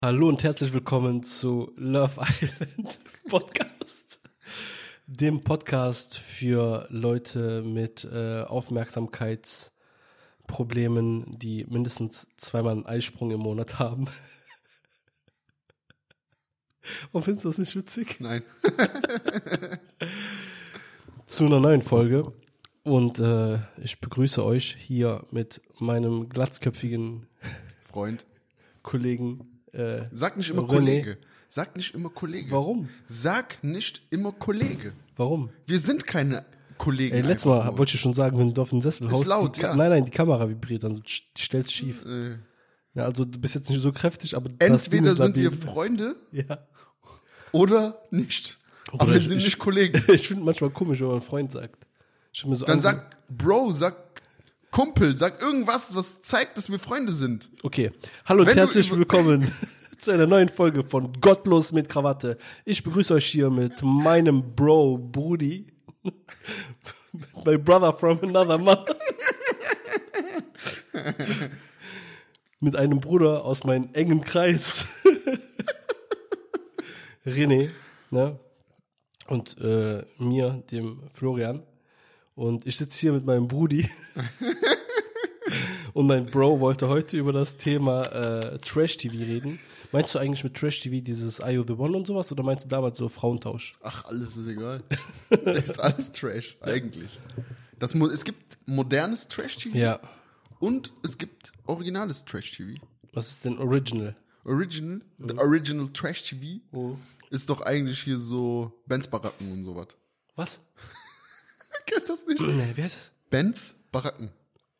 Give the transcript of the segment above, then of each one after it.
Hallo und herzlich willkommen zu Love Island Podcast, dem Podcast für Leute mit Aufmerksamkeitsproblemen, die mindestens zweimal einen Eisprung im Monat haben. Und findest du das nicht witzig? Nein. Zu einer neuen Folge und ich begrüße euch hier mit meinem glatzköpfigen Freund. Kollegen. Sag nicht immer René. Kollege. Sag nicht immer Kollege. Warum? Sag nicht immer Kollege. Warum? Wir sind keine Kollegen. Ey, letztes Mal wollte ich schon sagen, wenn du auf den Sessel Ist haust, laut, die ja. Nein, die Kamera vibriert, dann die stellst schief. Ja, also du bist jetzt nicht so kräftig, aber das Entweder Ding ist sind wir labil. Freunde Ja. oder nicht. Aber Oder wir sind nicht Kollegen. Ich finde manchmal komisch, wenn man einen Freund sagt. Ich mir so Dann sag Bro, sag Kumpel, sag irgendwas, was zeigt, dass wir Freunde sind. Okay. Hallo und Wenn du herzlich willkommen zu einer neuen Folge von Gottlos mit Krawatte. Ich begrüße euch hier mit meinem Bro, Brudi. My brother from another mother. Mit einem Bruder aus meinem engen Kreis. René, ne? Und mir, dem Florian. Und ich sitze hier mit meinem Brudi. Und mein Bro wollte heute über das Thema Trash-TV reden. Meinst du eigentlich mit Trash-TV dieses Are You The One und sowas? Oder meinst du damals so Frauentausch? Ach, alles ist egal. Ist alles Trash, eigentlich. Es gibt modernes Trash-TV Ja. und es gibt originales Trash-TV. Was ist denn Original? The Original Trash-TV ist doch eigentlich hier so Benz Baracken und sowas. Was? Kennst du das nicht? Nee, wie heißt das? Benz Baracken.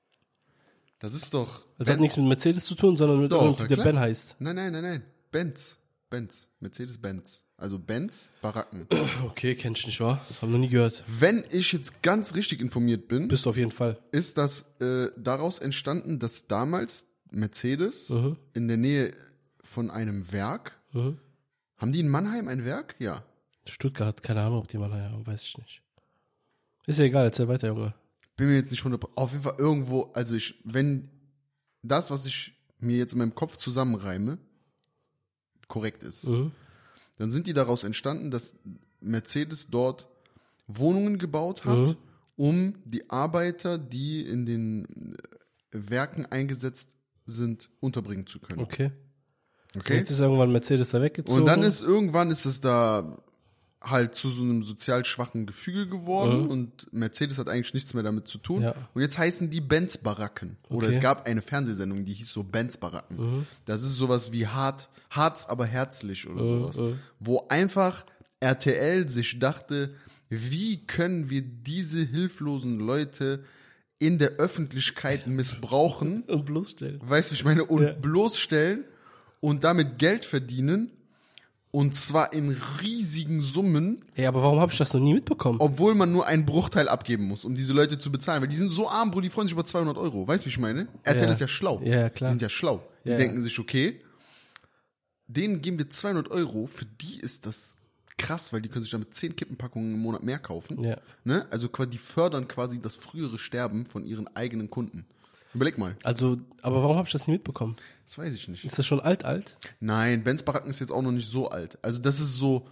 Das ist doch... Das hat nichts mit Mercedes zu tun, sondern mit Doch, irgendeinem, na der klar. Ben heißt. Nein. Benz. Mercedes-Benz. Also Benz Baracken. Okay, kenn ich nicht, wa? Hab noch nie gehört. Wenn ich jetzt ganz richtig informiert bin, Bist du auf jeden Fall. ist das daraus entstanden, dass damals Mercedes in der Nähe von einem Werk... Haben die in Mannheim ein Werk? Ja. Stuttgart, keine Ahnung, ob die mal, ja, weiß ich nicht. Ist ja egal, erzähl weiter, Junge. Bin mir jetzt nicht 100%. Auf jeden Fall irgendwo, also wenn das, was ich mir jetzt in meinem Kopf zusammenreime, korrekt ist, dann sind die daraus entstanden, dass Mercedes dort Wohnungen gebaut hat, um die Arbeiter, die in den Werken eingesetzt sind, unterbringen zu können. Okay. Okay? Jetzt ist irgendwann Mercedes da weggezogen. Und dann ist es da halt zu so einem sozial schwachen Gefüge geworden und Mercedes hat eigentlich nichts mehr damit zu tun. Ja. Und jetzt heißen die Benz-Baracken. Oder Okay. es gab eine Fernsehsendung, die hieß so Benz-Baracken. Das ist sowas wie Harz, aber herzlich oder sowas. Wo einfach RTL sich dachte, wie können wir diese hilflosen Leute in der Öffentlichkeit missbrauchen? Und bloßstellen. Weißt du, ich meine, und Ja. bloßstellen und damit Geld verdienen. Und zwar in riesigen Summen, Ey, aber warum habe ich das noch nie mitbekommen? obwohl man nur einen Bruchteil abgeben muss, um diese Leute zu bezahlen. Weil die sind so arm, Bro, die freuen sich über 200 Euro. Weißt du, wie ich meine? RTL Ja. ist ja schlau. Ja, klar. Die sind ja schlau. Die Ja, denken sich, okay, denen geben wir 200 Euro. Für die ist das krass, weil die können sich damit 10 Kippenpackungen im Monat mehr kaufen. Ja. Ne? Also die fördern quasi das frühere Sterben von ihren eigenen Kunden. Überleg mal. Also, aber warum habe ich das nie mitbekommen? Das weiß ich nicht. Ist das schon alt? Nein, Benz Baracken ist jetzt auch noch nicht so alt. Also das ist so,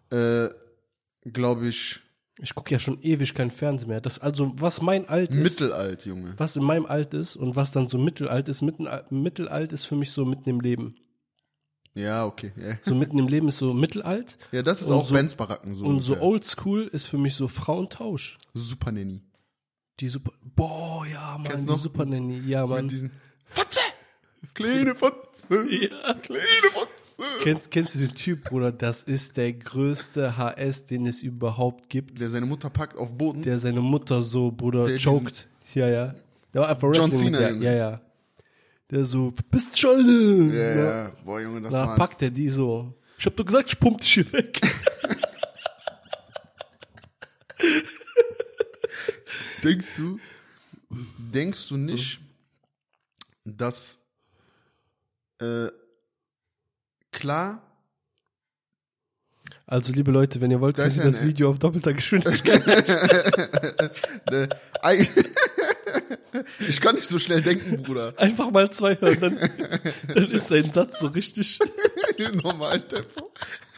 glaube ich, Ich gucke ja schon ewig kein Fernsehen mehr. Das also, was mein Alt ist, mittelalt, Junge. was in meinem Alt ist und was dann so mittelalt ist, mittelalt ist für mich so mitten im Leben. Ja, okay. Ja, So mitten im Leben ist so mittelalt ja das ist Und auch so- Benz Baracken so. und so ungefähr. oldschool ist für mich so Frauentausch. Super Nanny. Die Super, boah, ja, Mann, Kennst die du noch? Super Nanny, ja, Mann. Mit diesen Fotze! Kleine Fotze! Ja. Kleine Fotze! Kennst du den Typ, Bruder? Das ist der größte HS, den es überhaupt gibt. Der seine Mutter packt auf Boden. Der seine Mutter so, Bruder, Der choked. Ja. Der war einfach John Wrestling Cena, mit Junge. der. Ja. Der so, bist schon. ja. Boah, Junge, das Da war... packt er die so. Ich hab doch gesagt, ich pump dich hier weg. Denkst du nicht, dass klar, Also, liebe Leute, wenn ihr wollt, Da könnt ist ihr ja das eine- Video auf doppelter Geschwindigkeit. Ich kann nicht so schnell denken, Bruder. Einfach mal 2 hören, dann ist sein Satz so richtig. Im Normaltempo.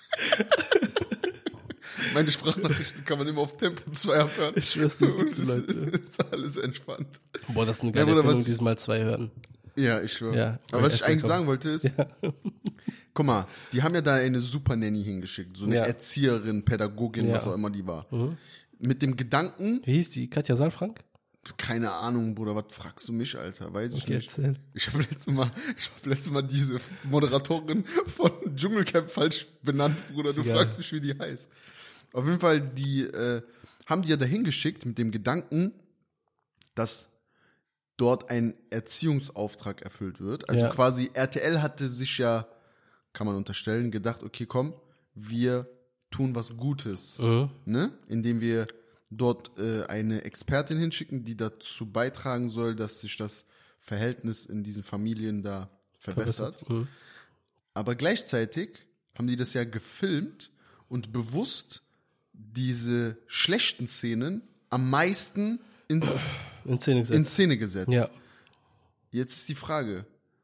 Meine Sprachnachrichten kann man immer auf Tempo 2 abhören. Ich schwör's dir, es gibt so Leute. Ist alles entspannt. Boah, das ist eine geile Erfindung, diesmal 2 hören. Ja, ich schwöre. Ja, aber was ich eigentlich sagen wollte ist, guck mal, die haben ja da eine Super Nanny hingeschickt, so eine Erzieherin, Pädagogin, was auch immer die war. Mit dem Gedanken... Wie hieß die? Katja Saalfrank? Keine Ahnung, Bruder, was fragst du mich, Alter? Weiß ich Okay, nicht. erzähl. Ich habe letztes Mal diese Moderatorin von Dschungelcamp falsch benannt, Bruder. Du fragst mich, wie die heißt. Auf jeden Fall, die haben die ja dahin geschickt mit dem Gedanken, dass dort ein Erziehungsauftrag erfüllt wird. Also quasi RTL hatte sich ja, kann man unterstellen, gedacht, okay, komm, wir tun was Gutes, ne? Indem wir dort eine Expertin hinschicken, die dazu beitragen soll, dass sich das Verhältnis in diesen Familien da verbessert. Aber gleichzeitig haben die das ja gefilmt und bewusst diese schlechten Szenen am meisten in Szene gesetzt. Ja. Jetzt ist die Frage,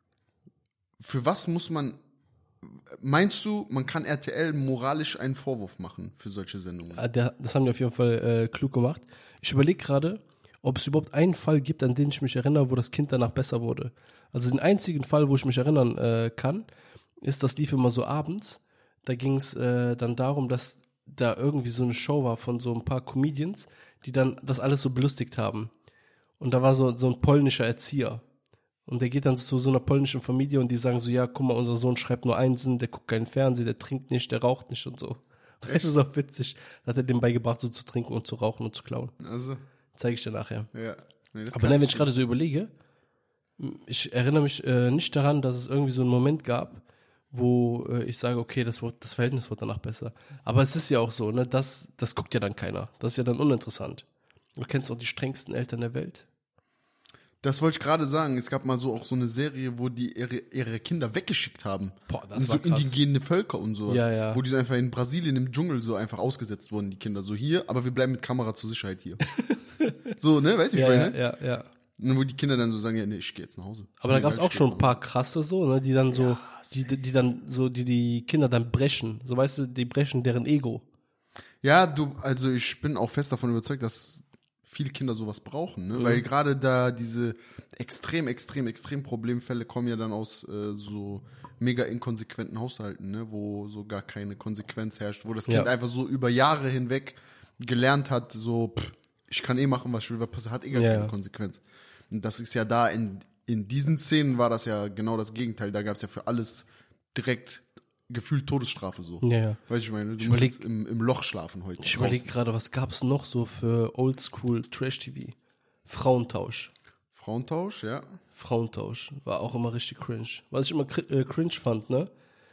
für was muss man, meinst du, man kann RTL moralisch einen Vorwurf machen für solche Sendungen? Das haben die auf jeden Fall klug gemacht. Ich überlege gerade, ob es überhaupt einen Fall gibt, an den ich mich erinnere, wo das Kind danach besser wurde. Also den einzigen Fall, wo ich mich erinnern kann, ist, das lief immer so abends. Da ging es dann darum, dass da irgendwie so eine Show war von so ein paar Comedians, die dann das alles so belustigt haben. Und da war so ein polnischer Erzieher. Und der geht dann zu so einer polnischen Familie und die sagen so, ja, guck mal, unser Sohn schreibt nur Einsen, der guckt keinen Fernsehen, der trinkt nicht, der raucht nicht und so. Das ist auch witzig. Da hat er dem beigebracht, so zu trinken und zu rauchen und zu klauen. Also. Zeige ich dir nachher. Ja. Nee, aber wenn ich gerade so überlege, ich erinnere mich nicht daran, dass es irgendwie so einen Moment gab, wo ich sage, okay, das Verhältnis wird danach besser. Aber es ist ja auch so, ne, das guckt ja dann keiner. Das ist ja dann uninteressant. Du kennst auch die strengsten Eltern der Welt. Das wollte ich gerade sagen. Es gab mal so auch so eine Serie, wo die ihre Kinder weggeschickt haben. Boah, das war so krass. Indigene Völker und sowas. Ja. Wo die so einfach in Brasilien im Dschungel so einfach ausgesetzt wurden, die Kinder. So hier, aber wir bleiben mit Kamera zur Sicherheit hier. So, ne? Weißt du, wie ich meine? Ja. Und wo die Kinder dann so sagen, ja, nee, ich gehe jetzt nach Hause. Aber da gab es auch schon ein paar krasse so, ne, die dann so, die Kinder dann brechen. So, weißt du, die brechen deren Ego. Ja, also ich bin auch fest davon überzeugt, dass viele Kinder sowas brauchen, ne? Weil gerade da diese extrem Problemfälle kommen ja dann aus so mega inkonsequenten Haushalten, ne? Wo so gar keine Konsequenz herrscht, wo das Kind einfach so über Jahre hinweg gelernt hat, so, ich kann machen, was ich will, was passiert, hat gar keine Konsequenz. Und das ist ja da, in diesen Szenen war das ja genau das Gegenteil, da gab es ja für alles direkt gefühlt Todesstrafe so. Ja. Weißt du, ich meine, du musst jetzt im Loch schlafen heute. Ich überlege gerade, was gab es noch so für Oldschool Trash-TV? Frauentausch, ja. Frauentausch. War auch immer richtig cringe. Was ich immer cringe fand, ne?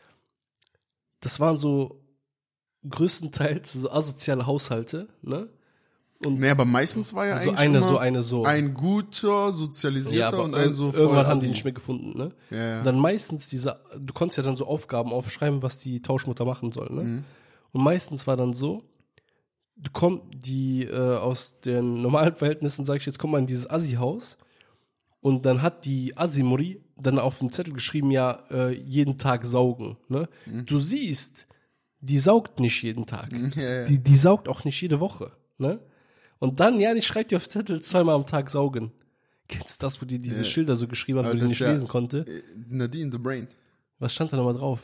Das waren so größtenteils so asoziale Haushalte, ne? Und nee, aber meistens war ja also eigentlich so. Ein guter, sozialisierter aber und ein so voll irgendwann haben Assi. die nicht mehr gefunden, ne? Ja. Und dann meistens du konntest ja dann so Aufgaben aufschreiben, was die Tauschmutter machen soll, ne? Und meistens war dann so, die aus den normalen Verhältnissen, sag ich jetzt, kommt man in dieses Assi-Haus und dann hat die Assi-Muri dann auf den Zettel geschrieben, ja, jeden Tag saugen, ne? Du siehst, die saugt nicht jeden Tag. Ja. Die saugt auch nicht jede Woche, ne? Und dann, die schreibt dir auf Zettel 2-mal am Tag saugen. Kennst du das, wo die diese Schilder so geschrieben hat, Aber wo die das nicht ist ja, lesen konnte? Nadine the Brain. Was stand da nochmal drauf?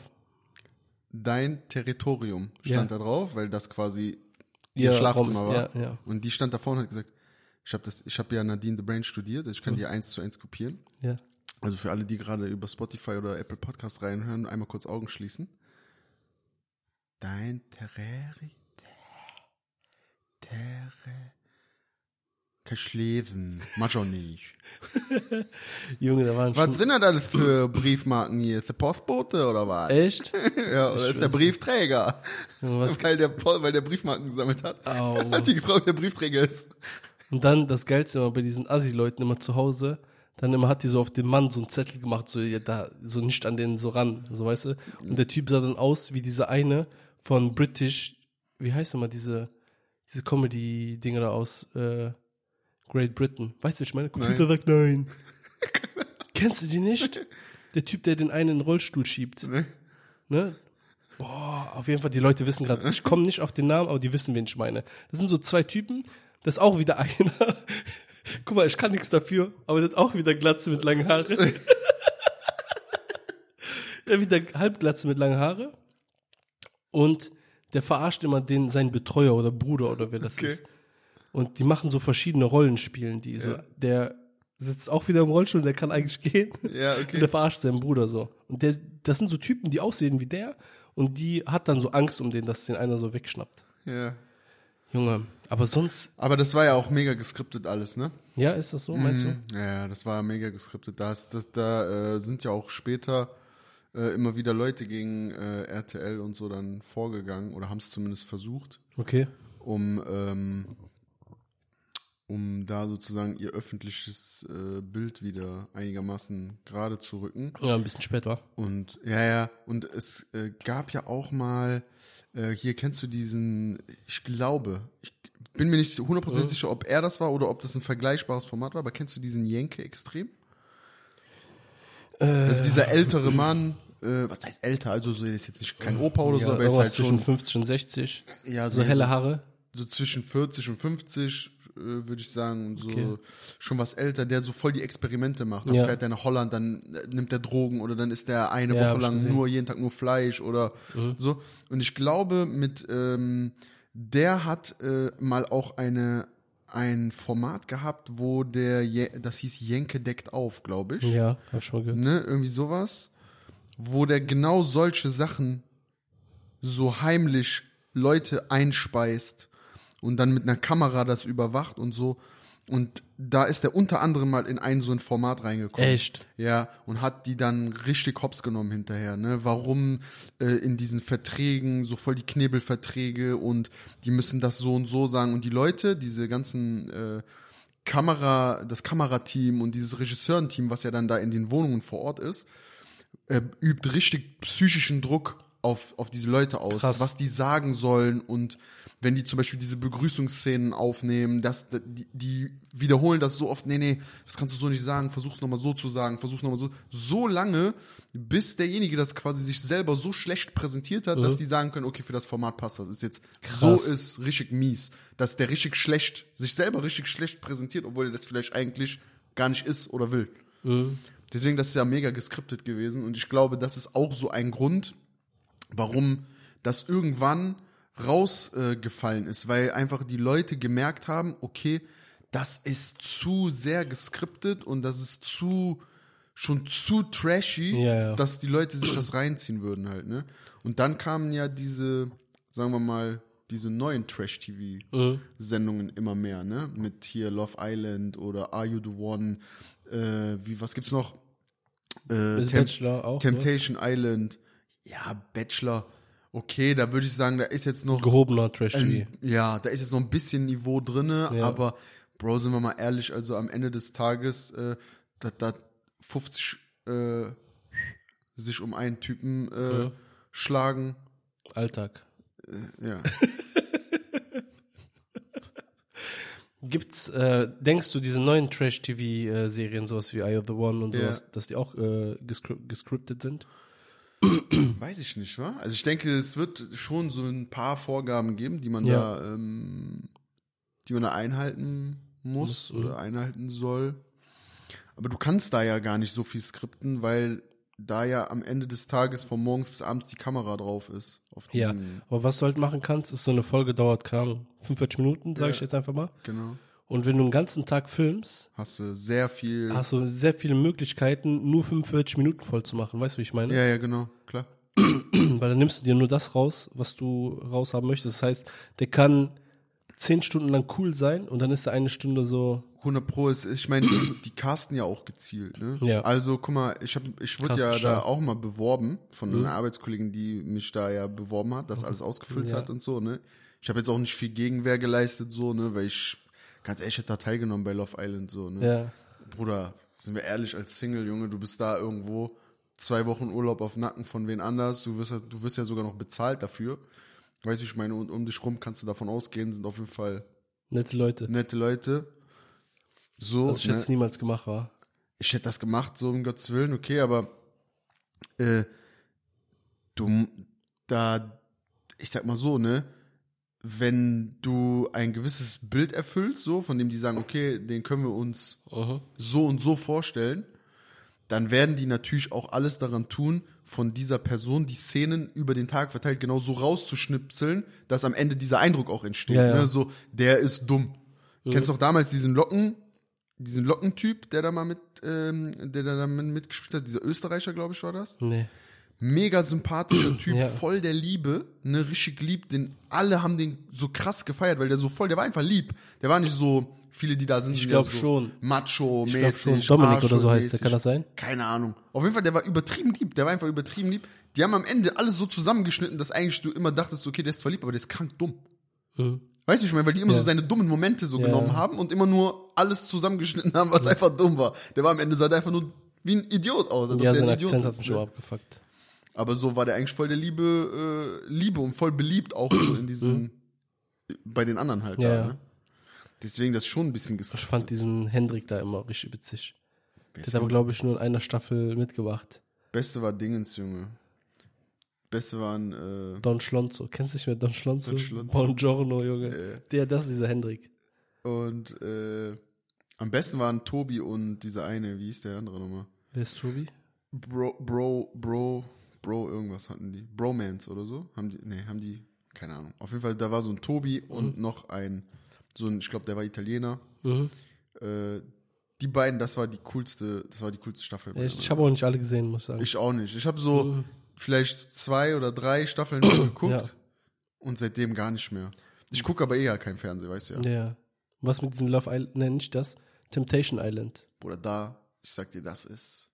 Dein Territorium stand da drauf, weil das quasi ihr Ja, Schlafzimmer Raum ist- war. ja. Und die stand davor und hat gesagt, ich habe ja Nadine the Brain studiert, also ich kann die 1:1 kopieren. Ja. Also für alle, die gerade über Spotify oder Apple Podcast reinhören, einmal kurz Augen schließen. Dein Kein Schlesen. Mach auch nicht. Junge, da waren Was schon... sind denn das für Briefmarken hier? Ist der Postbote oder was? Echt? Ja, oder ist der Briefträger? Was? Weil der Briefmarken gesammelt hat. Au. Hat die gefragt, wer der Briefträger ist. Und dann das Geilste immer bei diesen Assi-Leuten immer zu Hause, dann immer hat die so auf den Mann so einen Zettel gemacht, so ja, da so nicht an den so ran, so weißt du. Und der Typ sah dann aus wie diese eine von British, wie heißt immer diese Comedy-Dinger da aus Great Britain. Weißt du, ich meine, Computer sagt nein. Kennst du die nicht? Der Typ, der den einen in den Rollstuhl schiebt. Ne? Ne? Boah, auf jeden Fall, die Leute wissen gerade, ich komme nicht auf den Namen, aber die wissen, wen ich meine. Das sind so zwei Typen, das ist auch wieder einer. Guck mal, ich kann nichts dafür, aber das hat auch wieder Glatze mit langen Haaren. Ja, wieder Halbglatze mit langen Haare. Und der verarscht immer seinen Betreuer oder Bruder oder wer das ist. Und die machen so verschiedene Rollenspielen, die so, der sitzt auch wieder im Rollstuhl, der kann eigentlich gehen. Ja, okay. Und der verarscht seinen Bruder so. Und das sind so Typen, die aussehen wie der und die hat dann so Angst um den, dass den einer so wegschnappt. Ja. Junge, aber sonst. Aber das war ja auch mega geskriptet alles, ne? Ja, ist das so, meinst du? Ja, das war mega geskriptet. Da sind ja auch später immer wieder Leute gegen RTL und so dann vorgegangen oder haben es zumindest versucht, Okay. um da sozusagen ihr öffentliches Bild wieder einigermaßen gerade zu rücken. Ja, ein bisschen später. Und und es gab ja auch mal, hier kennst du diesen, ich bin mir nicht 100% sicher, ob er das war oder ob das ein vergleichbares Format war, aber kennst du diesen Jenke Extrem? Das ist dieser ältere Mann, was heißt älter, also so, er ist jetzt nicht kein Opa oder so, aber er ist halt zwischen schon 50 und 60. ja, So helle Haare. so zwischen 40 und 50, würde ich sagen, und so Okay. schon was älter, der so voll die Experimente macht. Dann Ja. fährt er nach Holland, dann nimmt er Drogen oder dann isst er eine Ja, hab Woche ich lang gesehen. jeden Tag nur Fleisch oder so. Und ich glaube, der hat mal auch ein Format gehabt, wo das hieß Jenke deckt auf, glaube ich. Ja, hab ich schon mal gehört. Ne, irgendwie sowas, wo der genau solche Sachen so heimlich Leute einspeist und dann mit einer Kamera das überwacht und so. Und da ist er unter anderem mal in so ein Format reingekommen. Echt? Ja, und hat die dann richtig hops genommen hinterher, ne? Warum in diesen Verträgen so voll die Knebelverträge und die müssen das so und so sagen. Und die Leute, diese ganzen das Kamerateam und dieses Regisseurenteam, was ja dann da in den Wohnungen vor Ort ist, übt richtig psychischen Druck auf diese Leute aus, Krass. was die sagen sollen und wenn die zum Beispiel diese Begrüßungsszenen aufnehmen, die wiederholen das so oft, nee, das kannst du so nicht sagen, versuch's nochmal so zu sagen, versuch's nochmal so lange, bis derjenige das quasi sich selber so schlecht präsentiert hat, dass die sagen können, okay, für das Format passt das, ist jetzt, Krass. so ist richtig mies, dass der sich selber richtig schlecht präsentiert, obwohl er das vielleicht eigentlich gar nicht ist oder will. Deswegen, das ist ja mega geskriptet gewesen und ich glaube, das ist auch so ein Grund, warum das irgendwann rausgefallen ist, weil einfach die Leute gemerkt haben, okay, das ist zu sehr geskriptet und das ist schon zu trashy, Ja. dass die Leute sich das reinziehen würden halt, ne? Und dann kamen ja diese, sagen wir mal, diese neuen Trash-TV-Sendungen immer mehr, ne? Mit hier Love Island oder Are You the One? Was gibt's noch? Ist Bachelor auch? Temptation Island. Ja, Bachelor. Okay, da würde ich sagen, da ist jetzt noch Gehobener Trash-TV. da ist jetzt noch ein bisschen Niveau drinne, Ja. aber Bro, sind wir mal ehrlich, also am Ende des Tages, da 50 sich um einen Typen schlagen. Alltag. Ja. Gibt's, denkst du, diese neuen Trash-TV-Serien, sowas wie Eye of the One und sowas, dass die auch gescriptet sind? Weiß ich nicht, wa? Also ich denke, es wird schon so ein paar Vorgaben geben, die man da einhalten muss oder einhalten soll. Aber du kannst da ja gar nicht so viel skripten, weil da ja am Ende des Tages von morgens bis abends die Kamera drauf ist. Auf Ja, diesen, aber was du halt machen kannst, ist so eine Folge dauert, keine Ahnung, 45 Minuten, sage ich jetzt einfach mal. Genau. Und wenn du den ganzen Tag filmst, Hast du sehr viel. hast du sehr viele Möglichkeiten, nur 45 Minuten voll zu machen. Weißt du, wie ich meine? Ja, genau, klar. Weil dann nimmst du dir nur das raus, was du raushaben möchtest. Das heißt, der kann 10 Stunden lang cool sein und dann ist er eine Stunde so. 100 Pro ich meine, die casten ja auch gezielt, ne? Ja. Also, guck mal, ich wurde ja Krass, da stark. auch mal beworben von einer Arbeitskollegin, die mich da ja beworben hat, das alles ausgefüllt Ja. hat und so, ne? Ich habe jetzt auch nicht viel Gegenwehr geleistet, so, ne? Weil ich, ganz ehrlich, hätte da teilgenommen bei Love Island, so, ne? Ja. Bruder, sind wir ehrlich, als Single, Junge, du bist da irgendwo 2 Wochen Urlaub auf Nacken von wen anders, du wirst ja sogar noch bezahlt dafür. Weißt du, wie ich meine? Und um dich rum kannst du davon ausgehen, sind auf jeden Fall Nette Leute. nette Leute. So, Was ich jetzt niemals gemacht war. ich hätte das gemacht, so um Gottes Willen, okay, aber ich sag mal so, ne, wenn du ein gewisses Bild erfüllst, so, von dem die sagen, okay, den können wir uns so und so vorstellen, dann werden die natürlich auch alles daran tun, von dieser Person die Szenen über den Tag verteilt genau so rauszuschnipseln, dass am Ende dieser Eindruck auch entsteht. Ja, ja. Ne? So, der ist dumm. Kennst du doch damals diesen Lockentyp, der da mitgespielt hat, dieser Österreicher, glaube ich, war das? Nee. Mega sympathischer Typ, Ja. voll der Liebe, ne, richtig lieb, alle haben den so krass gefeiert, weil der war einfach lieb. Der war nicht so, viele, die da sind, Ich sind glaub ja so schon. Macho-mäßig. Ich glaube schon, Dominik oder so heißt der, Arschloch-mäßig. kann das sein? Keine Ahnung. Auf jeden Fall, der war übertrieben lieb. Die haben am Ende alles so zusammengeschnitten, dass eigentlich du immer dachtest, okay, der ist zwar lieb, aber der ist krank dumm. Weißt du, ich meine, weil die immer so seine dummen Momente so genommen haben und immer nur alles zusammengeschnitten haben, was einfach dumm war. Der war am Ende, sah der einfach nur wie ein Idiot aus. Als ob Ja, der sein ein Idiot Akzent hat ist, mich ne? schon abgefuckt. Aber so war der eigentlich voll der Liebe und voll beliebt auch so in diesen, bei den anderen halt Ja, da, ja. ne? Deswegen das schon ein bisschen Ich fand diesen Hendrik da immer richtig witzig. Der hat aber, glaube ich, nur in einer Staffel mitgemacht. Beste war Dingens, Junge. Beste waren, Don Schlonzo. Kennst du nicht mehr Don Schlonzo? Don Schlonzo. Buongiorno, Junge. Das ist dieser Hendrik. und am besten waren Tobi und dieser eine, wie hieß der andere nochmal? Wer ist Tobi? Bro, irgendwas hatten die. Bromance oder so? Haben die, keine Ahnung. Auf jeden Fall, da war so ein Tobi und noch ich glaube, der war Italiener. Die beiden, das war die coolste Staffel. Ich habe auch nicht alle gesehen, muss ich sagen. Ich auch nicht. Ich habe so vielleicht 2 oder 3 Staffeln geguckt Ja. und seitdem gar nicht mehr. Ich gucke aber eher kein Fernsehen, weißt du ja. Ja. Was mit diesen Love Island, nenn ich das? Temptation Island. Bruder, ich sag dir, das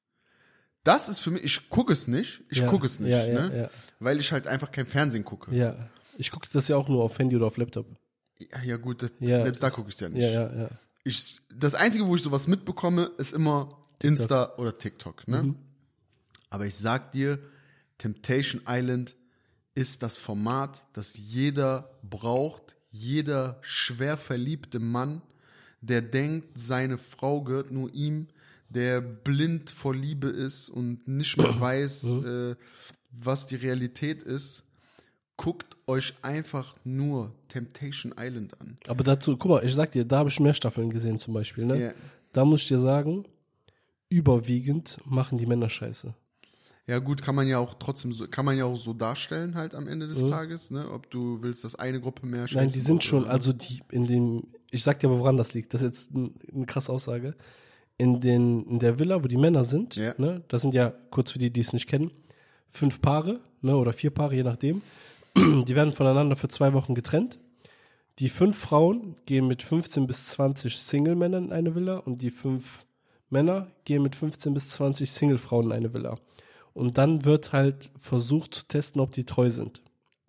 ist für mich, ich gucke es nicht, ne? Weil ich halt einfach kein Fernsehen gucke. Ja. Ich gucke das ja auch nur auf Handy oder auf Laptop. Ja gut, Ja, selbst da gucke ich es ja nicht. Ja. Das Einzige, wo ich sowas mitbekomme, ist immer Insta oder TikTok, ne? Aber ich sag dir, Temptation Island ist das Format, das jeder braucht, jeder schwer verliebte Mann, der denkt, seine Frau gehört nur ihm, der blind vor Liebe ist und nicht mehr weiß, was die Realität ist. Guckt euch einfach nur Temptation Island an. Aber dazu, guck mal, ich sag dir, da habe ich mehr Staffeln gesehen zum Beispiel, ne? Ja. Da muss ich dir sagen, überwiegend machen die Männer Scheiße. Ja gut, kann man ja auch so darstellen halt am Ende des Tages, ne? Ob du willst, dass eine Gruppe mehr Scheiße Nein, die sind baut schon, oder- also ich sag dir aber, woran das liegt. Das ist jetzt eine krasse Aussage. In der Villa, wo die Männer sind, Ja. ne, das sind ja, kurz für die, die es nicht kennen, 5 Paare, ne, oder 4 Paare, je nachdem. Die werden voneinander für 2 Wochen getrennt. Die 5 Frauen gehen mit 15 bis 20 Single-Männern in eine Villa und die 5 Männer gehen mit 15 bis 20 Single-Frauen in eine Villa. Und dann wird halt versucht zu testen, ob die treu sind.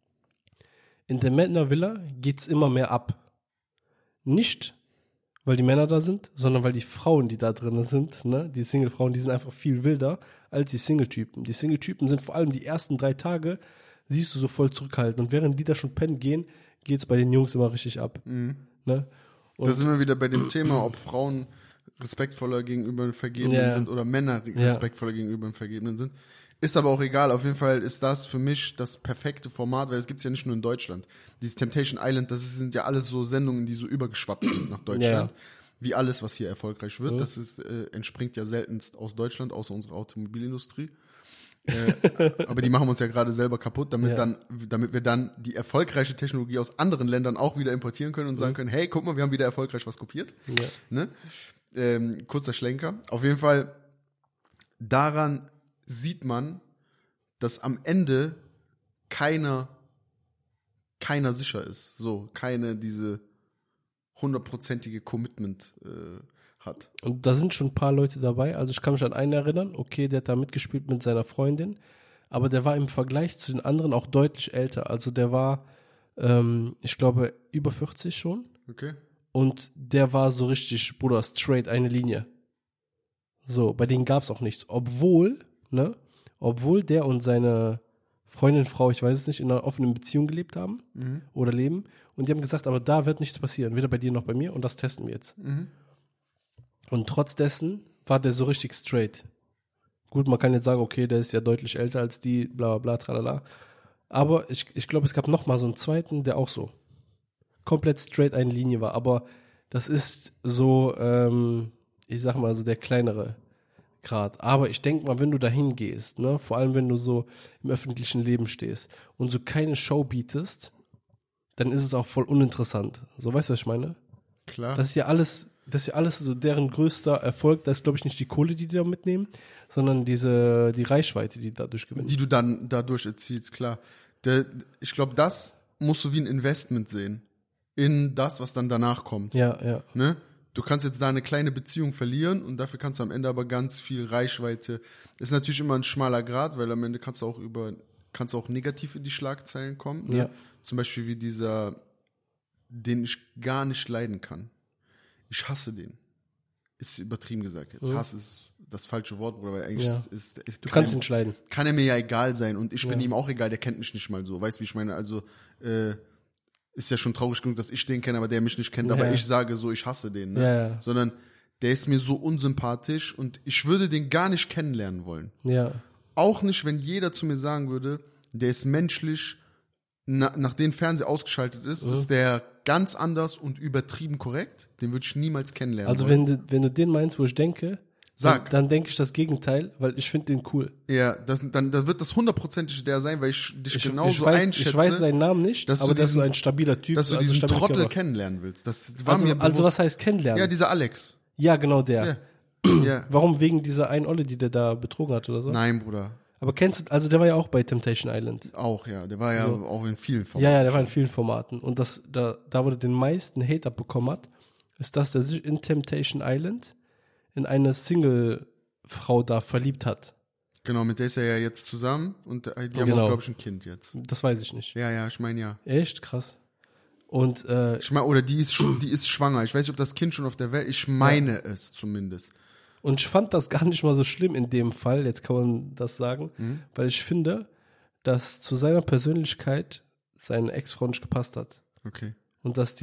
In der Männervilla geht's immer mehr ab. Nicht, weil die Männer da sind, sondern weil die Frauen, die da drin sind, ne, die Single-Frauen, die sind einfach viel wilder als die Single-Typen. Die Single-Typen sind vor allem die ersten 3 Tage, siehst du so voll zurückhaltend. Und während die da schon pennen gehen, geht's bei den Jungs immer richtig ab. Ne? Da sind wir wieder bei dem Thema, ob Frauen respektvoller gegenüber den Vergebenen sind oder Männer respektvoller gegenüber den Vergebenen sind. Ist aber auch egal. Auf jeden Fall ist das für mich das perfekte Format, weil es gibt es ja nicht nur in Deutschland. Dieses Temptation Island, sind ja alles so Sendungen, die so übergeschwappt sind nach Deutschland. Ja. Wie alles, was hier erfolgreich wird. Das entspringt ja seltenst aus Deutschland, außer unserer Automobilindustrie. Aber die machen uns ja gerade selber kaputt, damit wir dann die erfolgreiche Technologie aus anderen Ländern auch wieder importieren können und sagen können, hey, guck mal, wir haben wieder erfolgreich was kopiert. Ja. Ne? Kurzer Schlenker. Auf jeden Fall, daran sieht man, dass am Ende keiner sicher ist. So, diese 100%ige Commitment hat. Und da sind schon ein paar Leute dabei. Also ich kann mich an einen erinnern, okay, der hat da mitgespielt mit seiner Freundin, aber der war im Vergleich zu den anderen auch deutlich älter. Also der war, ich glaube, über 40 schon. Okay. Und der war so richtig, Bruder, straight eine Linie. So, bei denen gab es auch nichts. Obwohl der und seine Freundin, Frau, ich weiß es nicht, in einer offenen Beziehung gelebt haben oder leben. Und die haben gesagt, aber da wird nichts passieren, weder bei dir noch bei mir, und das testen wir jetzt. Und trotz dessen war der so richtig straight. Gut, man kann jetzt sagen, okay, der ist ja deutlich älter als die, bla bla bla, tralala. Aber ich glaube, es gab noch mal so einen zweiten, der auch so komplett straight eine Linie war. Aber das ist so, ich sag mal, so der kleinere Grad. Aber ich denke mal, wenn du dahin gehst, ne, vor allem wenn du so im öffentlichen Leben stehst und so keine Show bietest, dann ist es auch voll uninteressant. So, weißt du, was ich meine? Klar. Das ist ja alles so deren größter Erfolg. Das ist, glaube ich, nicht die Kohle, die da mitnehmen, sondern die Reichweite, die dadurch gewinnen. Die du dann dadurch erzielst, klar. Ich glaube, das musst du wie ein Investment sehen in das, was dann danach kommt. Ja, ja. Ne? Du kannst jetzt da eine kleine Beziehung verlieren und dafür kannst du am Ende aber ganz viel Reichweite. Ist natürlich immer ein schmaler Grad, weil am Ende kannst du auch negativ in die Schlagzeilen kommen. Ne? Ja. Zum Beispiel wie dieser, den ich gar nicht leiden kann. Ich hasse den. Ist übertrieben gesagt jetzt. Hass ist das falsche Wort, Bruder, weil eigentlich Du kannst ihn leiden. Kann er mir ja egal sein und ich bin ihm auch egal, der kennt mich nicht mal so. Weißt du, wie ich meine? Also, ist ja schon traurig genug, dass ich den kenne, aber der mich nicht kennt, aber ich sage so, ich hasse den, ne? Ja. Sondern der ist mir so unsympathisch und ich würde den gar nicht kennenlernen wollen. Ja. Auch nicht, wenn jeder zu mir sagen würde, der ist menschlich, nachdem Fernseher ausgeschaltet ist, ist der ganz anders und übertrieben korrekt. Den würde ich niemals kennenlernen Also wollen. wenn du den meinst, wo ich denke, dann denke ich das Gegenteil, weil ich finde den cool. Ja, dann wird das hundertprozentig der sein, weil ich dich genauso einschätze. Ich weiß seinen Namen nicht, aber das ist so ein stabiler Typ. Dass du diesen Trottel Körper kennenlernen willst. Das war mir bewusst. Also was heißt kennenlernen? Ja, dieser Alex. Ja, genau der. Ja. Warum? Wegen dieser einen Olle, die der da betrogen hat oder so? Nein, Bruder. Aber kennst du, also der war ja auch bei Temptation Island. Auch, ja. Der war ja auch in vielen Formaten. Ja, der war in vielen Formaten. Und da wo der den meisten Hate abbekommen hat, ist, dass der sich in Temptation Island in eine Single-Frau da verliebt hat. Genau, mit der ist er ja jetzt zusammen und die haben Genau. auch, glaube ich, ein Kind jetzt. Das weiß ich nicht. Ja, ich meine ja. Echt? Krass. Und Ich meine, oder die ist schwanger. Ich weiß nicht, ob das Kind schon auf der Welt ist. Ich meine es zumindest. Und ich fand das gar nicht mal so schlimm in dem Fall, jetzt kann man das sagen, weil ich finde, dass zu seiner Persönlichkeit seine Ex-Frau nicht gepasst hat. Okay. Und dass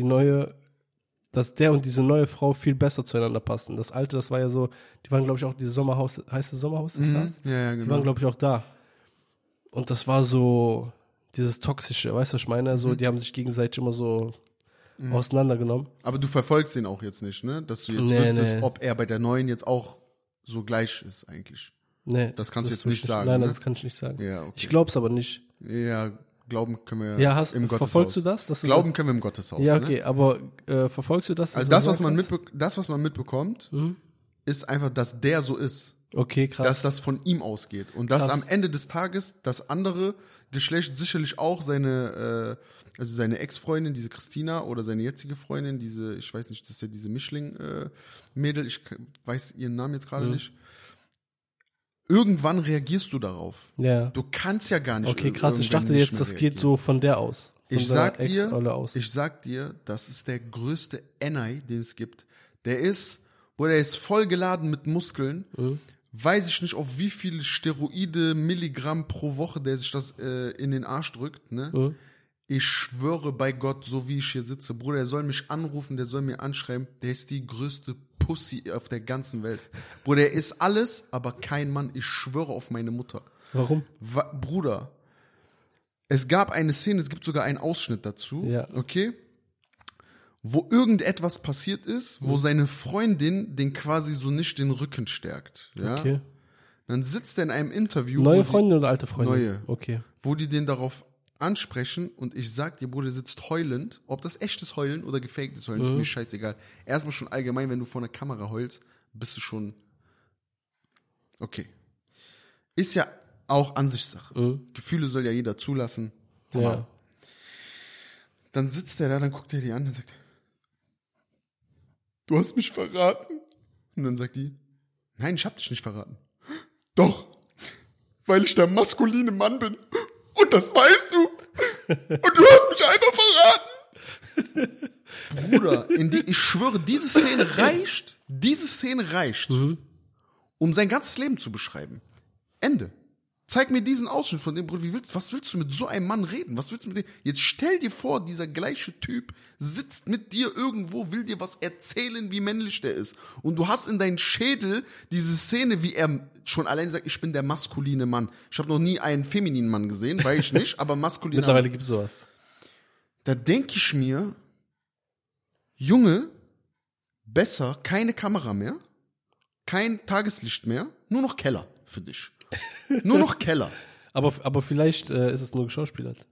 der und diese neue Frau viel besser zueinander passen. Das alte, das war ja so, die waren, glaube ich, auch dieses Sommerhaus, heißt es Sommerhaus ist das? Ja, genau. Die waren, glaube ich, auch da. Und das war so dieses Toxische, weißt du, was ich meine? So, die haben sich gegenseitig immer so auseinandergenommen. Aber du verfolgst den auch jetzt nicht, ne? Dass du jetzt wüsstest, ob er bei der neuen jetzt auch so gleich ist eigentlich. Nee. Das kannst du jetzt nicht sagen, Nein, ne? das kann ich nicht sagen. Ja, okay. Ich glaube es aber nicht. Ja, glauben können wir im Gotteshaus. Verfolgst du das? Glauben können wir im Gotteshaus. Ja, okay, ne? aber verfolgst du das? Also das, was man mitbekommt, ist einfach, dass der so ist. Okay, krass. Dass das von ihm ausgeht. Und dass am Ende des Tages das andere Geschlecht sicherlich auch seine Ex-Freundin, diese Christina, oder seine jetzige Freundin, ich weiß nicht, das ist ja diese Mischling-Mädel, ich weiß ihren Namen jetzt gerade nicht. Irgendwann reagierst du darauf. Ja. Du kannst ja gar nicht. Okay, krass. Ich dachte jetzt, das geht so von der aus. Ich sag dir, das ist der größte Enei, den es gibt. Der ist voll geladen mit Muskeln. Weiß ich nicht, auf wie viele Steroide, Milligramm pro Woche der sich das in den Arsch drückt. Ne? Ich schwöre bei Gott, so wie ich hier sitze, Bruder, der soll mich anrufen, der soll mir anschreiben, der ist die größte Pussy auf der ganzen Welt. Bruder, der ist alles, aber kein Mann. Ich schwöre auf meine Mutter. Warum? Bruder, es gab eine Szene, es gibt sogar einen Ausschnitt dazu, okay, wo irgendetwas passiert ist, wo seine Freundin den quasi so nicht den Rücken stärkt. Ja? Okay. Dann sitzt er in einem Interview. Neue Freundin oder alte Freundin? Neue. Okay. Wo die den darauf ansprechen und ich sag dir, Bruder, der sitzt heulend. Ob das echtes Heulen oder gefaktes Heulen, ist mir scheißegal. Erstmal schon allgemein, wenn du vor einer Kamera heulst, bist du schon okay. Ist ja auch Ansichtssache. Gefühle soll ja jeder zulassen. Ja. Dann sitzt er da, dann guckt er die an und sagt, du hast mich verraten. Und dann sagt die, nein, ich hab dich nicht verraten. Doch, weil ich der maskuline Mann bin. Und das weißt du. Und du hast mich einfach verraten. Bruder, ich schwöre, diese Szene reicht, um sein ganzes Leben zu beschreiben. Ende. Zeig mir diesen Ausschnitt von dem, Bruder. Was willst du mit so einem Mann reden? Was willst du mit dem? Jetzt stell dir vor, dieser gleiche Typ sitzt mit dir irgendwo, will dir was erzählen, wie männlich der ist. Und du hast in deinem Schädel diese Szene, wie er schon allein sagt, ich bin der maskuline Mann. Ich habe noch nie einen femininen Mann gesehen, weiß ich nicht, aber maskuliner. Mittlerweile gibt's sowas. Da denke ich mir, Junge, besser keine Kamera mehr, kein Tageslicht mehr, nur noch Keller für dich. Nur noch Keller. Aber vielleicht ist es nur geschauspielert.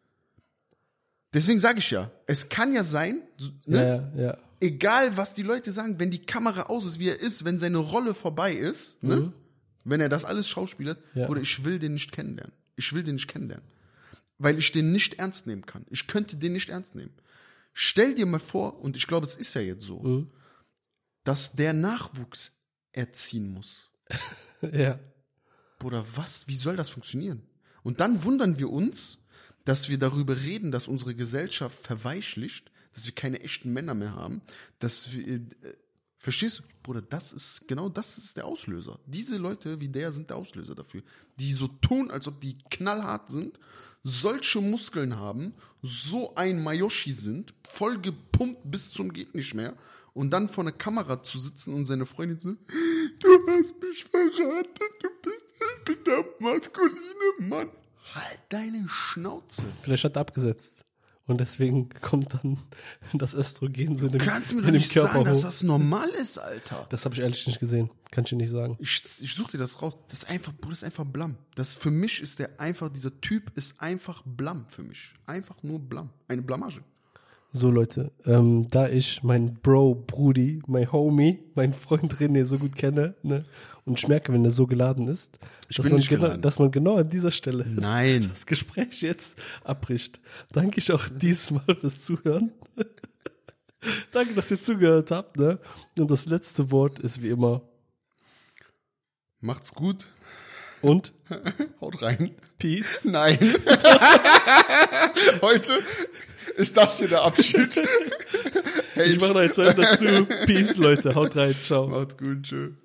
Deswegen sage ich ja, es kann ja sein, ne? Ja. Egal was die Leute sagen, wenn die Kamera aus ist, wie er ist, wenn seine Rolle vorbei ist, ne? Wenn er das alles schauspielert, oder ich will den nicht kennenlernen. Ich will den nicht kennenlernen. Weil ich den nicht ernst nehmen kann. Ich könnte den nicht ernst nehmen. Stell dir mal vor, und ich glaube, es ist ja jetzt so, dass der Nachwuchs erziehen muss. Ja. Bruder, wie soll das funktionieren? Und dann wundern wir uns, dass wir darüber reden, dass unsere Gesellschaft verweichlicht, dass wir keine echten Männer mehr haben, dass wir, verstehst du? Bruder, das ist der Auslöser. Diese Leute wie der sind der Auslöser dafür. Die so tun, als ob die knallhart sind, solche Muskeln haben, so ein Mayoshi sind, voll gepumpt bis zum geht nicht mehr und dann vor einer Kamera zu sitzen und seine Freundin zu sagen, du hast mich verraten, ich bin der maskuline Mann. Halt deine Schnauze. Vielleicht hat er abgesetzt. Und deswegen kommt dann das Östrogen so in dem Körper. Kannst du mir doch nicht sagen, dass das normal ist, Alter. Das habe ich ehrlich nicht gesehen. Kann ich dir nicht sagen. Ich suche dir das raus. Das ist einfach Blam. Für mich ist dieser Typ ist einfach Blam für mich. Einfach nur Blam. Eine Blamage. So Leute, da ich meinen Brudi, mein Homie, meinen Freund René so gut kenne, ne, und ich merke, wenn er so geladen ist, dass man genau an dieser Stelle das Gespräch jetzt abbricht. Danke ich auch diesmal fürs Zuhören. Danke, dass ihr zugehört habt, ne? Und das letzte Wort ist wie immer. Macht's gut. Und? Haut rein. Peace. Nein. Heute ist das hier der Abschied. Hey, ich mache noch jetzt dazu. Peace, Leute. Haut rein. Ciao. Macht's gut. Tschö.